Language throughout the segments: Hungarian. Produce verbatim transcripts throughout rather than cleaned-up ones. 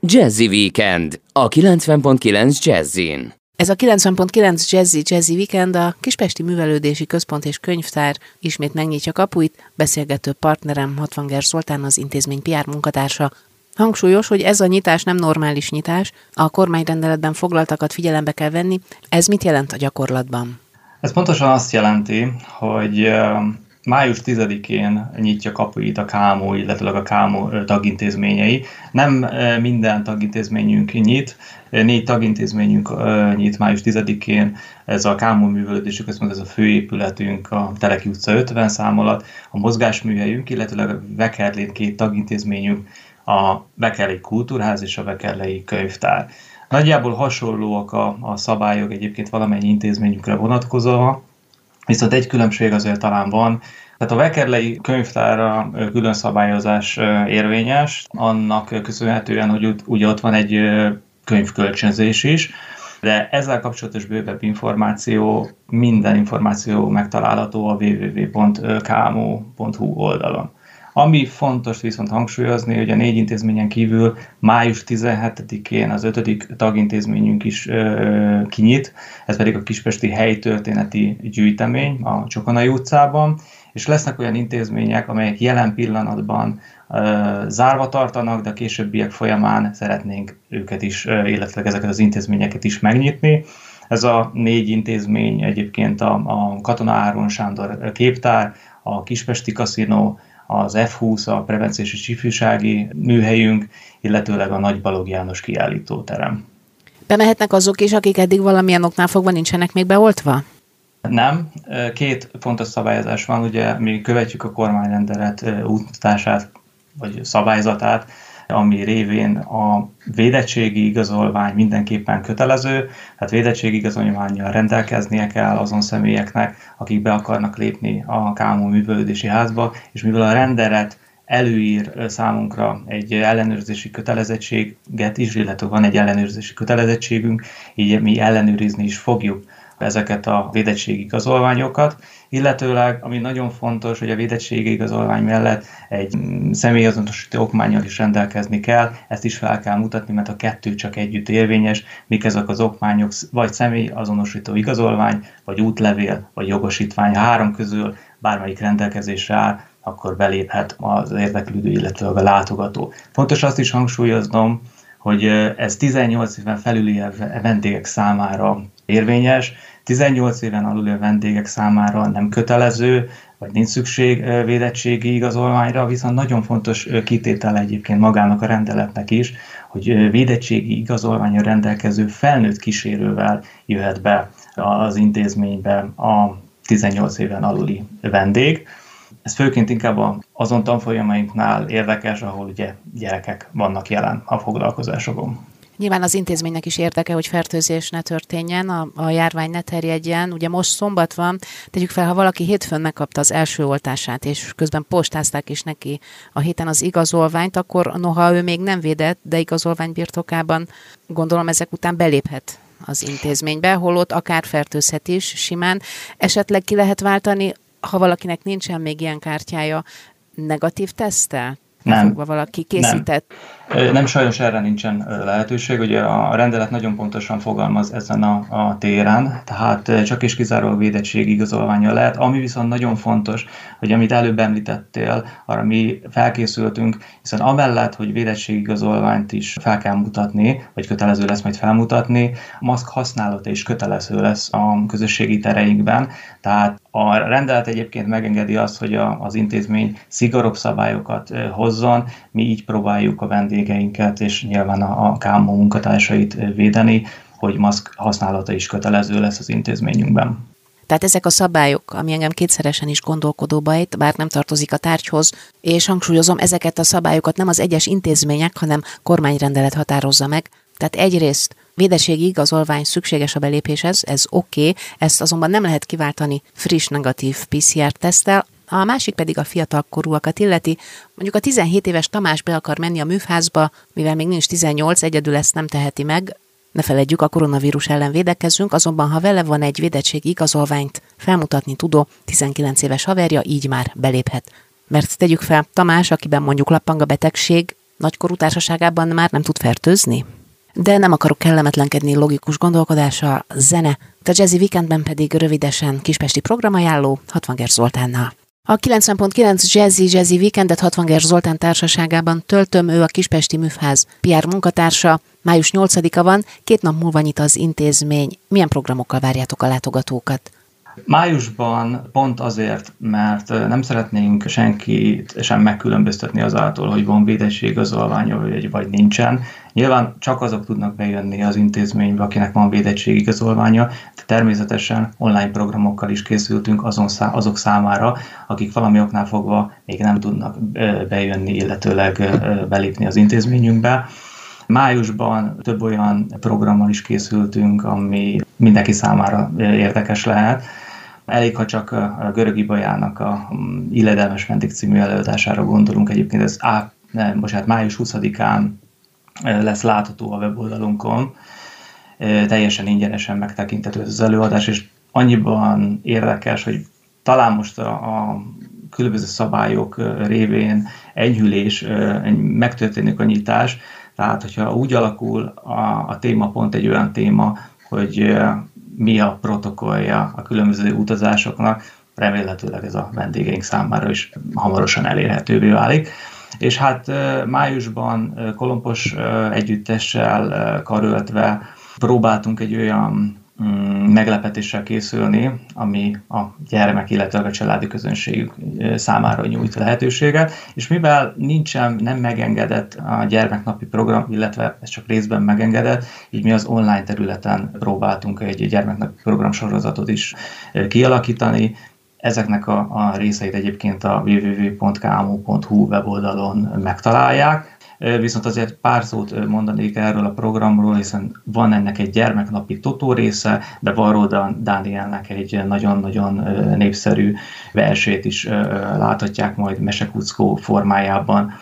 Jazzy Weekend a kilencven pont kilenc Jazzin. Ez a kilencven pont kilenc Jazzy Jazzy Weekend, a Kispesti Művelődési Központ és Könyvtár ismét megnyitja kapuit. Beszélgető partnerem Hatvanger Zoltán, az intézmény pé er munkatársa. Hangsúlyos, hogy ez a nyitás nem normális nyitás, a kormányrendeletben foglaltakat figyelembe kell venni. Ez mit jelent a gyakorlatban? Ez pontosan azt jelenti, hogy május tizedikén nyitja kapuit a kámó, illetve a kámó tagintézményei. Nem minden tagintézményünk nyit, négy tagintézményünk nyit május tizedikén, ez a Kámó Művelődési Központ, ez a főépületünk, a Teleki utca ötven szám alatt, a mozgásműhelyünk, illetve a Vekerlén két tagintézményünk, a Vekerlei Kultúrház és a Vekerlei Könyvtár. Nagyjából hasonlóak a, a szabályok egyébként valamennyi intézményünkre vonatkozóan, viszont egy különbség azért talán van. Tehát a Vekerlei Könyvtárra külön szabályozás érvényes, annak köszönhetően, hogy ugye ott van egy könyvkölcsönzés is, de ezzel kapcsolatos bővebb információ, minden információ megtalálható a double-u double-u double-u pont kámó pont hu oldalon. Ami fontos viszont hangsúlyozni, hogy a négy intézményen kívül május tizenhetedikén az ötödik tagintézményünk is ö, kinyit, ez pedig a Kispesti Helytörténeti Gyűjtemény a Csokonai utcában, és lesznek olyan intézmények, amelyek jelen pillanatban ö, zárva tartanak, de a későbbiek folyamán szeretnénk őket is, ö, illetve ezeket az intézményeket is megnyitni. Ez a négy intézmény egyébként a, a Katona Áron Sándor Képtár, a Kispesti Kaszinó, az ef húsz, a Prevenciós és Ifjúsági Műhelyünk, illetőleg a Nagy Balogh János Kiállítóterem. Bemehetnek azok is, akik eddig valamilyen oknál fogva nincsenek még beoltva? Nem. Két fontos szabályozás van, ugye mi követjük a kormányrendelet útmutatását, vagy szabályzatát, ami révén a védettségi igazolvány mindenképpen kötelező, tehát védettségi igazolvánnyal rendelkeznie kell azon személyeknek, akik be akarnak lépni a Kámó Művelődési Házba, és mivel a rendelet előír számunkra egy ellenőrzési kötelezettséget is, illetve van egy ellenőrzési kötelezettségünk, így mi ellenőrizni is fogjuk ezeket a védettségi igazolványokat, illetőleg, ami nagyon fontos, hogy a védettségi igazolvány mellett egy személyazonosító okmánnyal is rendelkezni kell, ezt is fel kell mutatni, mert a kettő csak együtt érvényes, mik ezek az okmányok, vagy személyazonosító igazolvány, vagy útlevél, vagy jogosítvány, három közül bármelyik rendelkezésre áll, akkor beléphet az érdeklődő, illetve a látogató. Fontos azt is hangsúlyoznom, hogy ez tizennyolc éven felüli vendégek számára érvényes, tizennyolc éven aluli vendégek számára nem kötelező, vagy nincs szükség védettségi igazolványra, viszont nagyon fontos kitétel egyébként magának a rendeletnek is, hogy védettségi igazolványon rendelkező felnőtt kísérővel jöhet be az intézménybe a tizennyolc éven aluli vendég. Ez főként inkább azon tanfolyamainknál érdekes, ahol ugye gyerekek vannak jelen a foglalkozásokon. Nyilván az intézménynek is érdeke, hogy fertőzés ne történjen, a, a járvány ne terjedjen. Ugye most szombat van, tegyük fel, ha valaki hétfőn megkapta az első oltását, és közben postázták is neki a héten az igazolványt, akkor noha ő még nem védett, de igazolvány birtokában gondolom ezek után beléphet az intézménybe, holott akár fertőzhet is simán. Esetleg ki lehet váltani, ha valakinek nincsen még ilyen kártyája, negatív teszttel? Nem. Valaki készített? Nem. nem, sajnos erre nincsen lehetőség. Ugye a rendelet nagyon pontosan fogalmaz ezen a, a téren, tehát csak és kizárólag védettségi igazolvánnyal lehet. Ami viszont nagyon fontos, hogy amit előbb említettél, arra mi felkészültünk, hiszen amellett, hogy védettségi igazolványt is fel kell mutatni, vagy kötelező lesz majd felmutatni, a maszk használata is kötelező lesz a közösségi tereinkben, tehát a rendelet egyébként megengedi azt, hogy a, az intézmény szigorúbb szabályokat hozzon, mi így próbáljuk a vendégeinket és nyilván a, a Kámó munkatársait védeni, hogy maszk használata is kötelező lesz az intézményünkben. Tehát ezek a szabályok, ami engem kétszeresen is gondolkodóba ejt, bár nem tartozik a tárgyhoz, és hangsúlyozom, ezeket a szabályokat nem az egyes intézmények, hanem kormányrendelet határozza meg. Tehát egyrészt védettségi igazolvány szükséges a belépéshez, ez oké, okay, ezt azonban nem lehet kiváltani friss negatív pé cé er-teszttel, a másik pedig a fiatalkorúakat illeti. Mondjuk a tizenhét éves Tamás be akar menni a műfázba, mivel még nincs tizennyolc, egyedül ezt nem teheti meg. Ne feledjük, a koronavírus ellen védekezzünk, azonban ha vele van egy védettségi igazolványt felmutatni tudó tizenkilenc éves haverja, így már beléphet. Mert tegyük fel, Tamás, akiben mondjuk lappang a betegség, nagykorú társaságában már nem tud fertőzni? De nem akarok kellemetlenkedni, logikus gondolkodása, zene, a Jazzy Weekendben pedig rövidesen kispesti programajánló Hatvanger Zoltánnal. A kilencven pont kilenc Jazzy Jazzy Weekendet Hatvanger Zoltán társaságában töltöm, ő a Kispesti Műfház pé er munkatársa. május nyolcadika van, két nap múlva nyit az intézmény. Milyen programokkal várjátok a látogatókat? Májusban pont azért, mert nem szeretnénk senkit sem megkülönböztetni azáltal, hogy van védettségigazolványa vagy, vagy nincsen. Nyilván csak azok tudnak bejönni az intézménybe, akinek van védettségigazolványa, de természetesen online programokkal is készültünk azon szá- azok számára, akik valami oknál fogva még nem tudnak bejönni, illetőleg belépni az intézményünkbe. Májusban több olyan programmal is készültünk, ami mindenki számára érdekes lehet. Elég, ha csak a Görög Ibajának a Illedelmes Vendég című előadására gondolunk. Egyébként ez á, nem, bocsánat, május huszadikán lesz látható a weboldalunkon. Teljesen ingyenesen megtekinthető az előadás, és annyiban érdekes, hogy talán most a, a különböző szabályok révén enyhülés, megtörténik a nyitás. Tehát, hogyha úgy alakul a, a téma pont egy olyan téma, hogy mi a protokollja a különböző utazásoknak, remélhetőleg ez a vendégeink számára is hamarosan elérhetővé válik. És hát májusban Kolompos együttessel karöltve próbáltunk egy olyan meglepetéssel készülni, ami a gyermek, illetve a családi közönség számára nyújt lehetőséget, és mivel nincsen, nem megengedett a gyermeknapi program, illetve ez csak részben megengedett, így mi az online területen próbáltunk egy gyermeknapi program sorozatot is kialakítani. Ezeknek a, a részeit egyébként a double-u double-u double-u pont k m o pont h u weboldalon megtalálják. Viszont azért pár szót mondanék erről a programról, hiszen van ennek egy gyermeknapi totó része, de Varró Dánielnek egy nagyon-nagyon népszerű versét is láthatják majd mesekuckó formájában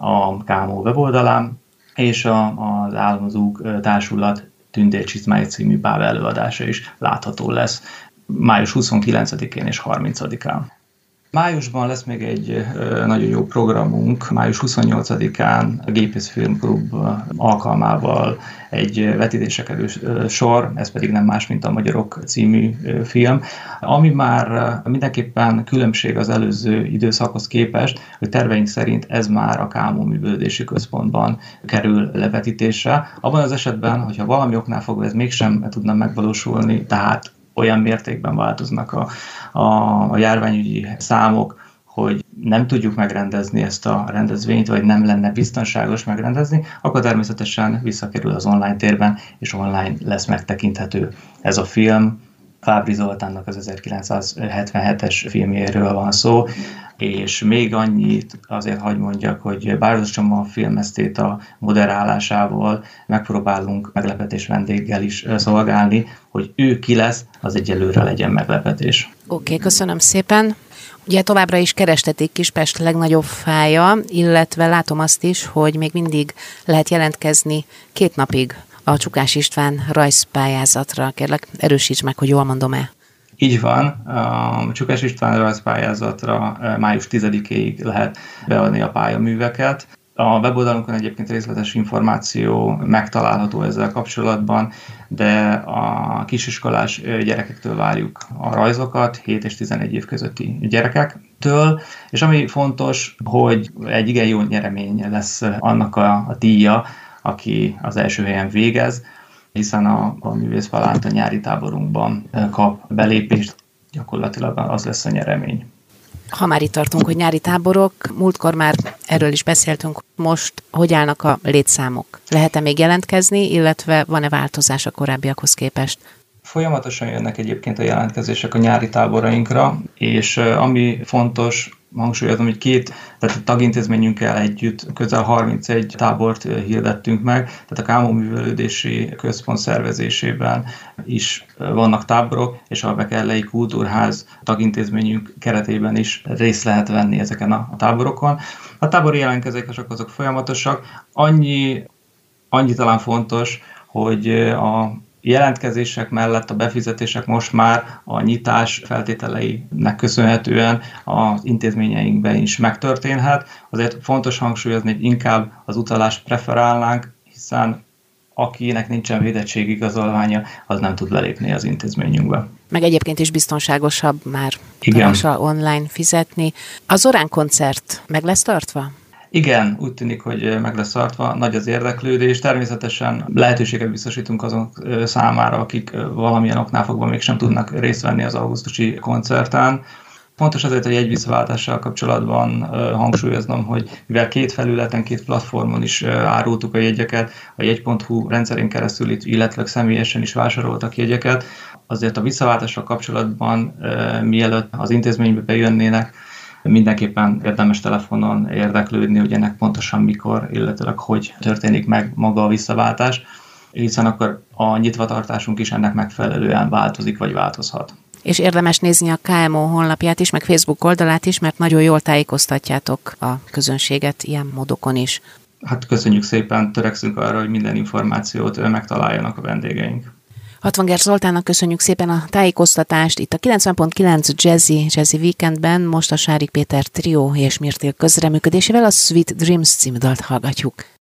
a ká em o weboldalán, és a, az Álmozók Társulat Tündércsizmája című báb előadása is látható lesz május huszonkilencedikén és harmincadikán. Májusban lesz még egy nagyon jó programunk, május huszonnyolcadikán a Gépész Filmklub alkalmával egy vetítésre kerül sor, ez pedig nem más, mint a Magyarok című film, ami már mindenképpen különbség az előző időszakhoz képest, hogy terveink szerint ez már a ká em o Művelődési Központban kerül levetítésre. Abban az esetben, hogyha valami oknál fogva ez mégsem tudna megvalósulni, tehát olyan mértékben változnak a, a, a járványügyi számok, hogy nem tudjuk megrendezni ezt a rendezvényt, vagy nem lenne biztonságos megrendezni, akkor természetesen visszakerül az online térben, és online lesz megtekinthető ez a film. Fábry Zoltánnak az ezerkilencszázhetvenhetes filmjéről van szó, és még annyit azért hagy mondjak, hogy Bárdos Csoma filmesztéta moderálásával megpróbálunk meglepetés vendéggel is szolgálni, hogy ő ki lesz, az egyelőre legyen meglepetés. Oké, okay, köszönöm szépen. Ugye továbbra is kerestetik Kispest legnagyobb fája, illetve látom azt is, hogy még mindig lehet jelentkezni két napig a Csukás István rajzpályázatra. Kérlek, erősíts meg, hogy jól mondom-e. Így van, a Csukás István rajzpályázatra május tizedikéig lehet beadni a pályaműveket. A weboldalunkon egyébként részletes információ megtalálható ezzel kapcsolatban, de a kisiskolás gyerekektől várjuk a rajzokat, hét és tizenegy év közötti gyerekektől, és ami fontos, hogy egy igen jó nyeremény lesz annak a, a díja, aki az első helyen végez, hiszen a, a Művész Palánta nyári táborunkban kap belépést, gyakorlatilag az lesz a nyeremény. Ha már itt tartunk, hogy nyári táborok, múltkor már erről is beszéltünk, most hogy állnak a létszámok? Lehet-e még jelentkezni, illetve van-e változás a korábbiakhoz képest? Folyamatosan jönnek egyébként a jelentkezések a nyári táborainkra, és ami fontos, hangsúlyozom, hogy két, tehát a tagintézményünkkel együtt közel harmincegy tábort hirdettünk meg, tehát a ká em o Művelődési Központ szervezésében is vannak táborok, és a Bekellei Kultúrház tagintézményünk keretében is részt lehet venni ezeken a táborokon. A tábori jelentkezések azok folyamatosak. Annyi, annyi talán fontos, hogy a jelentkezések mellett a befizetések most már a nyitás feltételeinek köszönhetően az intézményeinkben is megtörténhet. Azért fontos hangsúlyozni, hogy inkább az utalást preferálnánk, hiszen akinek nincsen védettségigazolványa, az nem tud belépni az intézményünkbe. Meg egyébként is biztonságosabb már Igen. online fizetni. A Zorán koncert meg lesz tartva? Igen, úgy tűnik, hogy meg lesz tartva, nagy az érdeklődés. Természetesen lehetőséget biztosítunk azok számára, akik valamilyen oknál fogva mégsem tudnak részt venni az augusztusi koncerten. Pontos azért, hogy egy visszaváltással kapcsolatban hangsúlyoznom, hogy mivel két felületen, két platformon is árultuk a jegyeket, a jegy pont hu rendszerén keresztül, illetve személyesen is vásároltak jegyeket, azért a visszaváltással kapcsolatban mielőtt az intézménybe bejönnének, mindenképpen érdemes telefonon érdeklődni, hogy ennek pontosan mikor, illetve hogy történik meg maga a visszaváltás, hiszen akkor a nyitvatartásunk is ennek megfelelően változik, vagy változhat. És érdemes nézni a ká em o honlapját is, meg Facebook oldalát is, mert nagyon jól tájékoztatjátok a közönséget ilyen módokon is. Hát köszönjük szépen, törekszünk arra, hogy minden információt megtaláljanak a vendégeink. Hatvanger Zoltánnak köszönjük szépen a tájékoztatást. Itt a kilencven pont kilenc Jazzy, Jazzy Weekendben most a Sárik Péter Trio és Mirtil közreműködésével a Sweet Dreams című dalt hallgatjuk.